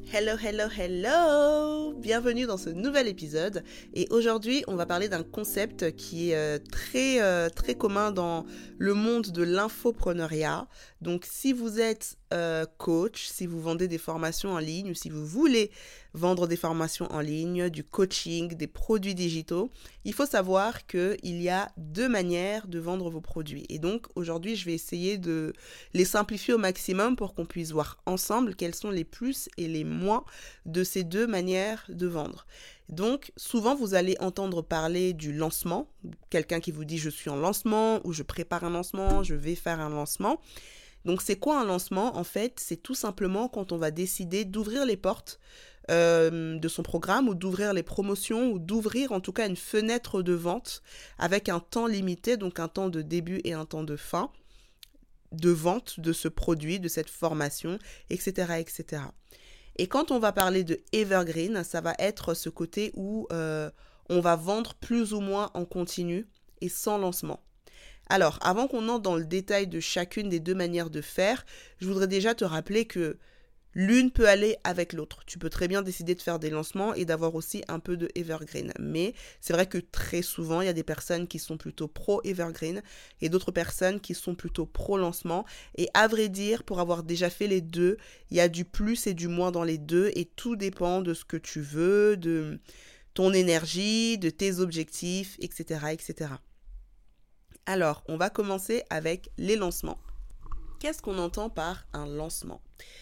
Hello, hello, hello! Bienvenue dans ce nouvel épisode. Et aujourd'hui, on va parler d'un concept qui est très commun dans le monde de l'infopreneuriat. Donc, si vous êtes coach, si vous vendez des formations en ligne ou si vous voulez vendre des formations en ligne, du coaching, des produits digitaux, il faut savoir qu'il y a deux manières de vendre vos produits. Et donc, aujourd'hui, je vais essayer de les simplifier au maximum pour qu'on puisse voir ensemble quels sont les plus et les moins de ces deux manières de vendre. Donc, souvent, vous allez entendre parler du lancement. Quelqu'un qui vous dit « je suis en lancement » ou « je prépare un lancement »,« je vais faire un lancement ». Donc, c'est quoi un lancement? En fait, c'est tout simplement quand on va décider d'ouvrir les portes de son programme ou d'ouvrir les promotions ou d'ouvrir en tout cas une fenêtre de vente avec un temps limité, donc un temps de début et un temps de fin de vente de ce produit, de cette formation, etc., etc. Et quand on va parler de evergreen, ça va être ce côté où on va vendre plus ou moins en continu et sans lancement. Alors, avant qu'on entre dans le détail de chacune des deux manières de faire, je voudrais déjà te rappeler que l'une peut aller avec l'autre. Tu peux très bien décider de faire des lancements et d'avoir aussi un peu de evergreen. Mais c'est vrai que très souvent, il y a des personnes qui sont plutôt pro-evergreen et d'autres personnes qui sont plutôt pro-lancement. Et à vrai dire, pour avoir déjà fait les deux, il y a du plus et du moins dans les deux et tout dépend de ce que tu veux, de ton énergie, de tes objectifs, etc., etc. Alors, on va commencer avec les lancements. Qu'est-ce qu'on entend par un lancement ?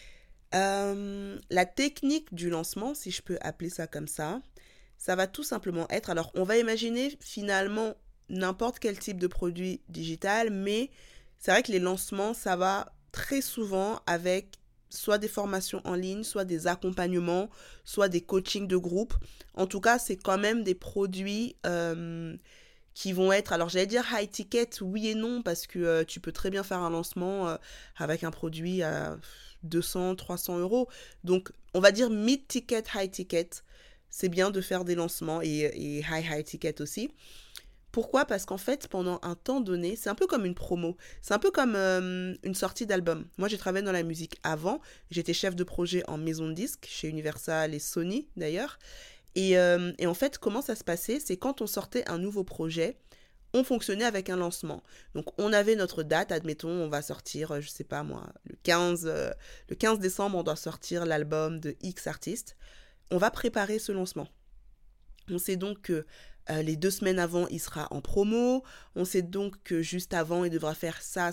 La technique du lancement, si je peux appeler ça comme ça va tout simplement être, alors on va imaginer finalement n'importe quel type de produit digital, mais c'est vrai que les lancements, ça va très souvent avec soit des formations en ligne, soit des accompagnements, soit des coachings de groupe. En tout cas, c'est quand même des produits qui vont être, alors j'allais dire high ticket, oui et non, parce que tu peux très bien faire un lancement avec un produit à 200, 300 euros. Donc, on va dire mid ticket, high ticket. C'est bien de faire des lancements et high ticket aussi. Pourquoi? Parce qu'en fait, pendant un temps donné, c'est un peu comme une promo. C'est un peu comme une sortie d'album. Moi, j'ai travaillé dans la musique avant. J'étais chef de projet en maison de disques, chez Universal et Sony d'ailleurs. Et en fait, comment ça se passait? C'est quand on sortait un nouveau projet, on fonctionnait avec un lancement. Donc, on avait notre date, admettons, on va sortir, je sais pas moi, le 15 décembre, on doit sortir l'album de X artiste. On va préparer ce lancement. On sait donc que les 2 semaines avant, il sera en promo. On sait donc que juste avant, il devra faire ça,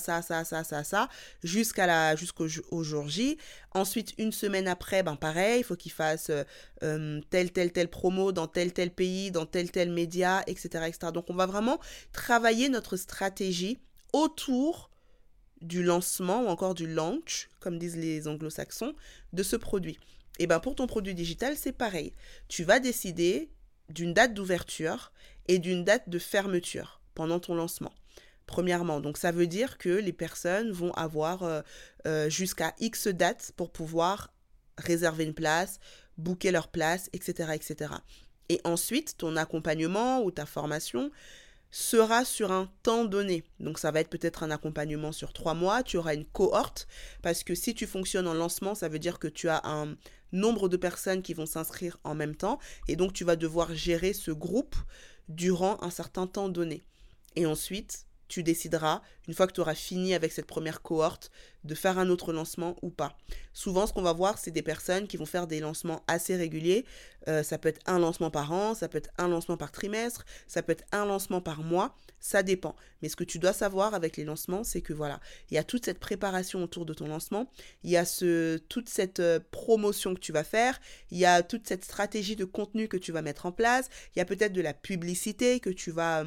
jusqu'au jour J. Ensuite, une semaine après, ben pareil, il faut qu'il fasse tel promo dans tel pays, dans tel média, etc., etc. Donc, on va vraiment travailler notre stratégie autour du lancement ou encore du launch, comme disent les anglo-saxons, de ce produit. Et ben pour ton produit digital, c'est pareil. Tu vas décider d'une date d'ouverture et d'une date de fermeture pendant ton lancement. Premièrement, donc ça veut dire que les personnes vont avoir jusqu'à X dates pour pouvoir réserver une place, booker leur place, etc., etc. Et ensuite, ton accompagnement ou ta formation sera sur un temps donné. Donc ça va être peut-être un accompagnement sur 3 mois, tu auras une cohorte, parce que si tu fonctionnes en lancement, ça veut dire que tu as un nombre de personnes qui vont s'inscrire en même temps, et donc tu vas devoir gérer ce groupe durant un certain temps donné. Et ensuite, tu décideras, une fois que tu auras fini avec cette première cohorte, de faire un autre lancement ou pas. Souvent, ce qu'on va voir, c'est des personnes qui vont faire des lancements assez réguliers. Ça peut être un lancement par an, ça peut être un lancement par trimestre, ça peut être un lancement par mois, ça dépend. Mais ce que tu dois savoir avec les lancements, c'est que voilà, il y a toute cette préparation autour de ton lancement, il y a toute cette promotion que tu vas faire, il y a toute cette stratégie de contenu que tu vas mettre en place, il y a peut-être de la publicité que tu vas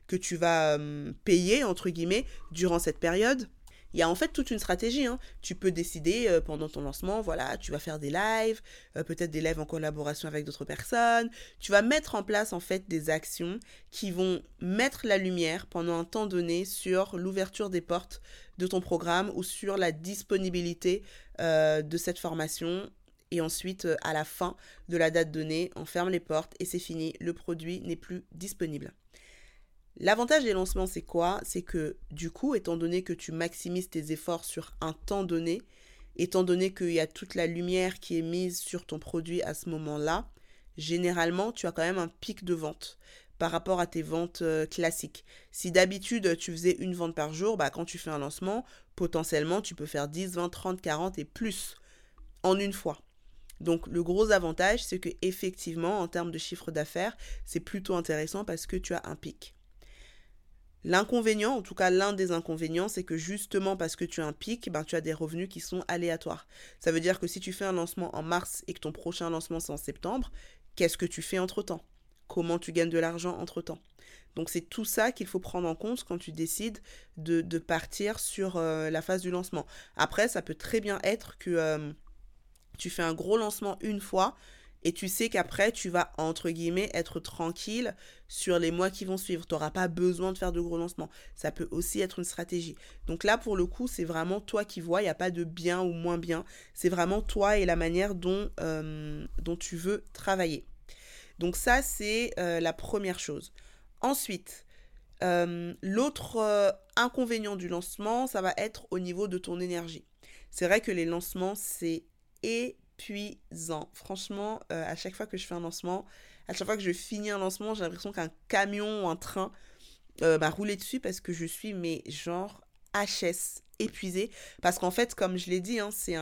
payer, entre guillemets, durant cette période. Il y a en fait toute une stratégie. Tu peux décider pendant ton lancement, voilà, tu vas faire des lives, peut-être des lives en collaboration avec d'autres personnes. Tu vas mettre en place en fait des actions qui vont mettre la lumière pendant un temps donné sur l'ouverture des portes de ton programme ou sur la disponibilité de cette formation. Et ensuite, à la fin de la date donnée, on ferme les portes et c'est fini. Le produit n'est plus disponible. L'avantage des lancements, c'est quoi? C'est que du coup, étant donné que tu maximises tes efforts sur un temps donné, étant donné qu'il y a toute la lumière qui est mise sur ton produit à ce moment-là, généralement, tu as quand même un pic de vente par rapport à tes ventes classiques. Si d'habitude, tu faisais une vente par jour, bah, quand tu fais un lancement, potentiellement, tu peux faire 10, 20, 30, 40 et plus en une fois. Donc le gros avantage, c'est que effectivement, en termes de chiffre d'affaires, c'est plutôt intéressant parce que tu as un pic. L'inconvénient, en tout cas l'un des inconvénients, c'est que justement parce que tu as un pic, ben, tu as des revenus qui sont aléatoires. Ça veut dire que si tu fais un lancement en mars et que ton prochain lancement c'est en septembre, qu'est-ce que tu fais entre-temps? Comment tu gagnes de l'argent entre-temps? Donc c'est tout ça qu'il faut prendre en compte quand tu décides de partir sur la phase du lancement. Après, ça peut très bien être que tu fais un gros lancement une fois et tu sais qu'après, tu vas, entre guillemets, être tranquille sur les mois qui vont suivre. Tu n'auras pas besoin de faire de gros lancements. Ça peut aussi être une stratégie. Donc là, pour le coup, c'est vraiment toi qui vois. Il n'y a pas de bien ou moins bien. C'est vraiment toi et la manière dont tu veux travailler. Donc ça, c'est la première chose. Ensuite, l'autre inconvénient du lancement, ça va être au niveau de ton énergie. C'est vrai que les lancements, c'est épuisant. Franchement, à chaque fois que je fais un lancement, à chaque fois que je finis un lancement, j'ai l'impression qu'un camion ou un train m'a roulé dessus parce que je suis, mais genre, HS, épuisée. Parce qu'en fait, comme je l'ai dit, hein, c'est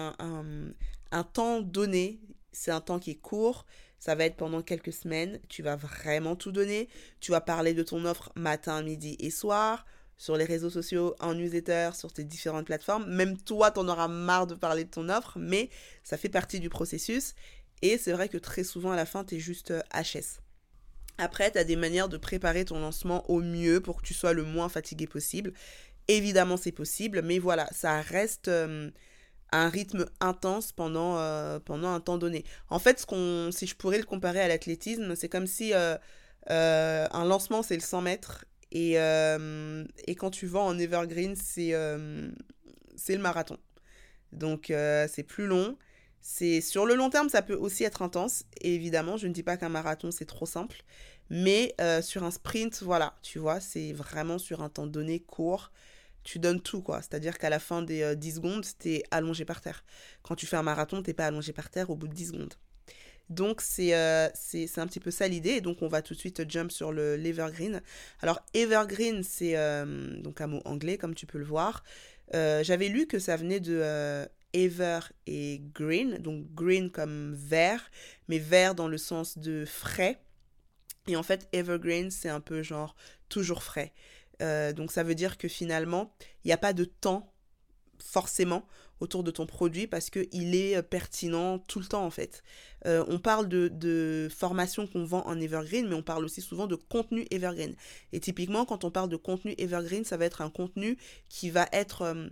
un temps donné, c'est un temps qui est court. Ça va être pendant quelques semaines. Tu vas vraiment tout donner. Tu vas parler de ton offre matin, midi et soir sur les réseaux sociaux, en newsletter, sur tes différentes plateformes. Même toi, t'en auras marre de parler de ton offre, mais ça fait partie du processus. Et c'est vrai que très souvent, à la fin, t'es juste HS. Après, tu as des manières de préparer ton lancement au mieux pour que tu sois le moins fatigué possible. Évidemment, c'est possible, mais voilà, ça reste un rythme intense pendant un temps donné. En fait, si je pourrais le comparer à l'athlétisme, c'est comme si un lancement, c'est le 100 mètres et quand tu vas en evergreen, c'est le marathon. Donc, c'est plus long. Sur le long terme, ça peut aussi être intense. Et évidemment, je ne dis pas qu'un marathon, c'est trop simple. Mais sur un sprint, voilà, tu vois, c'est vraiment sur un temps donné, court. Tu donnes tout, quoi. C'est-à-dire qu'à la fin des 10 secondes, t'es allongé par terre. Quand tu fais un marathon, t'es pas allongé par terre au bout de 10 secondes. Donc, c'est un petit peu ça l'idée. Et donc, on va tout de suite jump sur l'Evergreen. Alors, Evergreen, c'est donc un mot anglais, comme tu peux le voir. J'avais lu que ça venait de ever et green. Donc, green comme vert, mais vert dans le sens de frais. Et en fait, evergreen, c'est un peu genre toujours frais. Donc, ça veut dire que finalement, il n'y a pas de temps forcément autour de ton produit parce qu'il est pertinent tout le temps en fait. On parle de formation qu'on vend en evergreen, mais on parle aussi souvent de contenu evergreen. Et typiquement, quand on parle de contenu evergreen, ça va être un contenu qui va être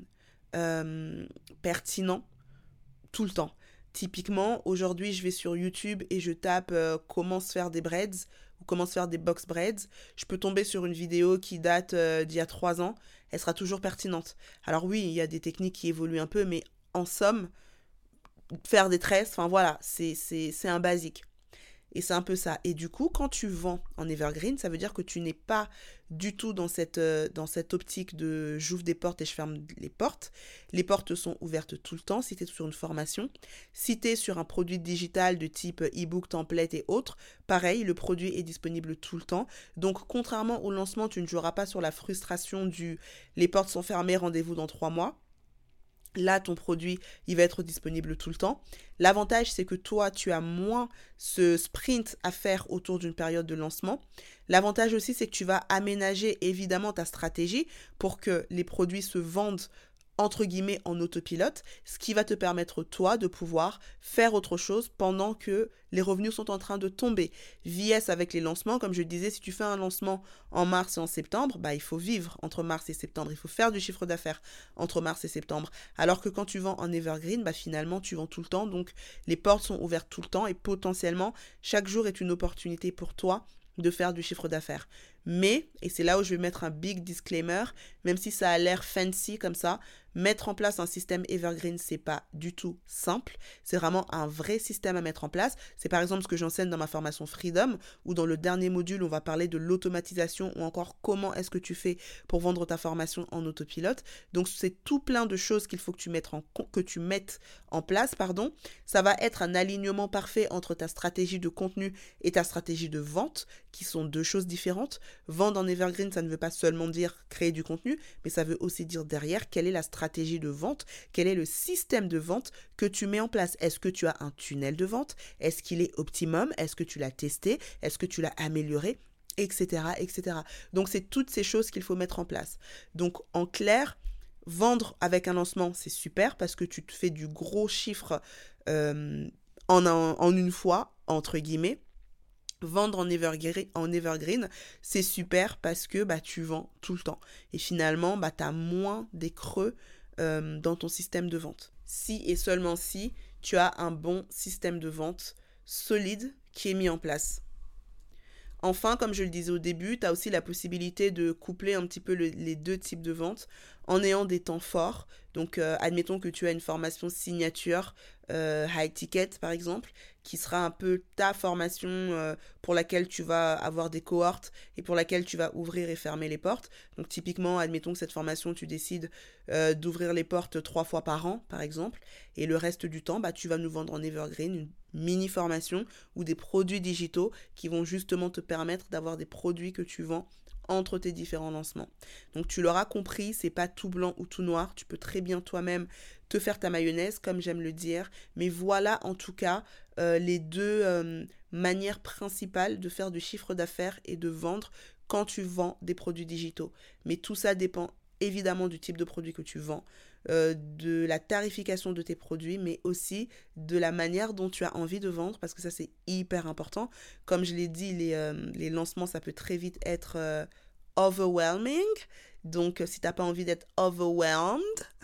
pertinent tout le temps. Typiquement, aujourd'hui, je vais sur YouTube et je tape comment se faire des breads ou comment se faire des box breads. Je peux tomber sur une vidéo qui date d'il y a 3 ans. Elle sera toujours pertinente. Alors oui, il y a des techniques qui évoluent un peu, mais en somme, faire des tresses, enfin voilà, c'est un basique. Et c'est un peu ça. Et du coup, quand tu vends en evergreen, ça veut dire que tu n'es pas du tout dans cette optique de j'ouvre des portes et je ferme les portes. Les portes sont ouvertes tout le temps si tu es sur une formation. Si tu es sur un produit digital de type e-book, template et autres, pareil, le produit est disponible tout le temps. Donc, contrairement au lancement, tu ne joueras pas sur la frustration du les portes sont fermées, rendez-vous dans 3 mois. Là, ton produit, il va être disponible tout le temps. L'avantage, c'est que toi, tu as moins ce sprint à faire autour d'une période de lancement. L'avantage aussi, c'est que tu vas aménager évidemment ta stratégie pour que les produits se vendent entre guillemets en autopilote, ce qui va te permettre toi de pouvoir faire autre chose pendant que les revenus sont en train de tomber. VS avec les lancements, comme je disais, si tu fais un lancement en mars et en septembre, bah, il faut vivre entre mars et septembre, il faut faire du chiffre d'affaires entre mars et septembre. Alors que quand tu vends en evergreen, bah, finalement tu vends tout le temps, donc les portes sont ouvertes tout le temps et potentiellement chaque jour est une opportunité pour toi de faire du chiffre d'affaires. Mais, et c'est là où je vais mettre un big disclaimer, même si ça a l'air fancy comme ça, mettre en place un système evergreen, c'est pas du tout simple. C'est vraiment un vrai système à mettre en place. C'est par exemple ce que j'enseigne dans ma formation Freedom, où dans le dernier module, on va parler de l'automatisation ou encore comment est-ce que tu fais pour vendre ta formation en autopilote. Donc, c'est tout plein de choses qu'il faut que tu mettes en place. Ça va être un alignement parfait entre ta stratégie de contenu et ta stratégie de vente, qui sont deux choses différentes. Vendre en evergreen, ça ne veut pas seulement dire créer du contenu, mais ça veut aussi dire derrière quelle est la stratégie de vente, quel est le système de vente que tu mets en place. Est-ce que tu as un tunnel de vente? Est-ce qu'il est optimum? Est-ce que tu l'as testé? Est-ce que tu l'as amélioré? Etc., etc. Donc, c'est toutes ces choses qu'il faut mettre en place. Donc, en clair, vendre avec un lancement, c'est super parce que tu te fais du gros chiffre en une fois, entre guillemets. Vendre en evergreen, c'est super parce que tu vends tout le temps. Et finalement, tu as moins des creux dans ton système de vente. Si et seulement si tu as un bon système de vente solide qui est mis en place. Enfin, comme je le disais au début, tu as aussi la possibilité de coupler un petit peu les deux types de ventes en ayant des temps forts. Donc, admettons que tu as une formation signature, high ticket par exemple, qui sera un peu ta formation pour laquelle tu vas avoir des cohortes et pour laquelle tu vas ouvrir et fermer les portes. Donc, typiquement, admettons que cette formation, tu décides d'ouvrir les portes 3 fois par an, par exemple, et le reste du temps, tu vas nous vendre en evergreen une mini-formation ou des produits digitaux qui vont justement te permettre d'avoir des produits que tu vends entre tes différents lancements. Donc tu l'auras compris, c'est pas tout blanc ou tout noir, tu peux très bien toi-même te faire ta mayonnaise comme j'aime le dire, mais voilà en tout cas les deux manières principales de faire du chiffre d'affaires et de vendre quand tu vends des produits digitaux. Mais tout ça dépend évidemment du type de produit que tu vends, de la tarification de tes produits, mais aussi de la manière dont tu as envie de vendre, parce que ça c'est hyper important. Comme je l'ai dit, les lancements ça peut très vite être overwhelming. Donc si tu n'as pas envie d'être overwhelmed,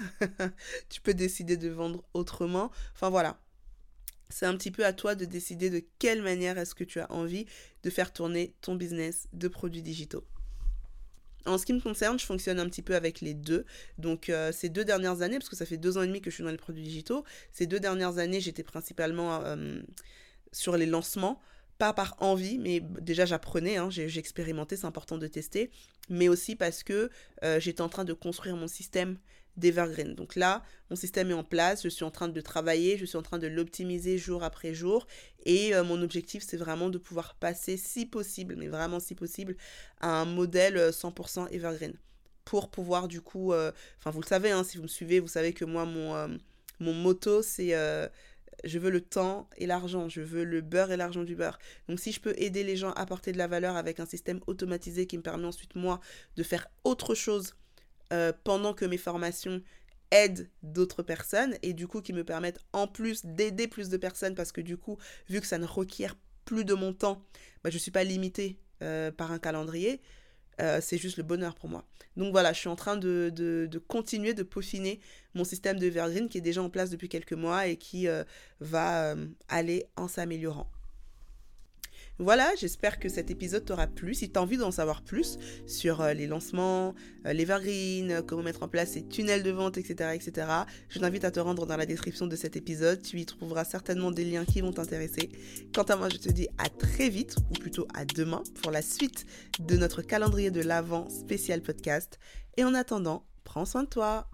tu peux décider de vendre autrement. Enfin voilà. C'est un petit peu à toi de décider de quelle manière est-ce que tu as envie de faire tourner ton business de produits digitaux. En ce qui me concerne, je fonctionne un petit peu avec les deux. Donc, ces 2 dernières années, parce que ça fait 2 ans et demi que je suis dans les produits digitaux, ces 2 dernières années, j'étais principalement sur les lancements, pas par envie, mais déjà j'apprenais, j'ai expérimenté, c'est important de tester, mais aussi parce que j'étais en train de construire mon système d'Evergreen. Donc là, mon système est en place, je suis en train de travailler, je suis en train de l'optimiser jour après jour et mon objectif c'est vraiment de pouvoir passer si possible, mais vraiment si possible, à un modèle 100% Evergreen pour pouvoir du coup, vous le savez, si vous me suivez, vous savez que moi mon motto c'est je veux le temps et l'argent, je veux le beurre et l'argent du beurre. Donc si je peux aider les gens à apporter de la valeur avec un système automatisé qui me permet ensuite moi de faire autre chose pendant que mes formations aident d'autres personnes et du coup qui me permettent en plus d'aider plus de personnes parce que du coup, vu que ça ne requiert plus de mon temps, je ne suis pas limitée par un calendrier, c'est juste le bonheur pour moi. Donc voilà, je suis en train de continuer de peaufiner mon système de Evergreen qui est déjà en place depuis quelques mois et qui va aller en s'améliorant. Voilà, j'espère que cet épisode t'aura plu. Si tu as envie d'en savoir plus sur les lancements, l'Evergreen, comment mettre en place ces tunnels de vente, etc., etc., je t'invite à te rendre dans la description de cet épisode. Tu y trouveras certainement des liens qui vont t'intéresser. Quant à moi, je te dis à très vite, ou plutôt à demain, pour la suite de notre calendrier de l'Avent spécial podcast. Et en attendant, prends soin de toi.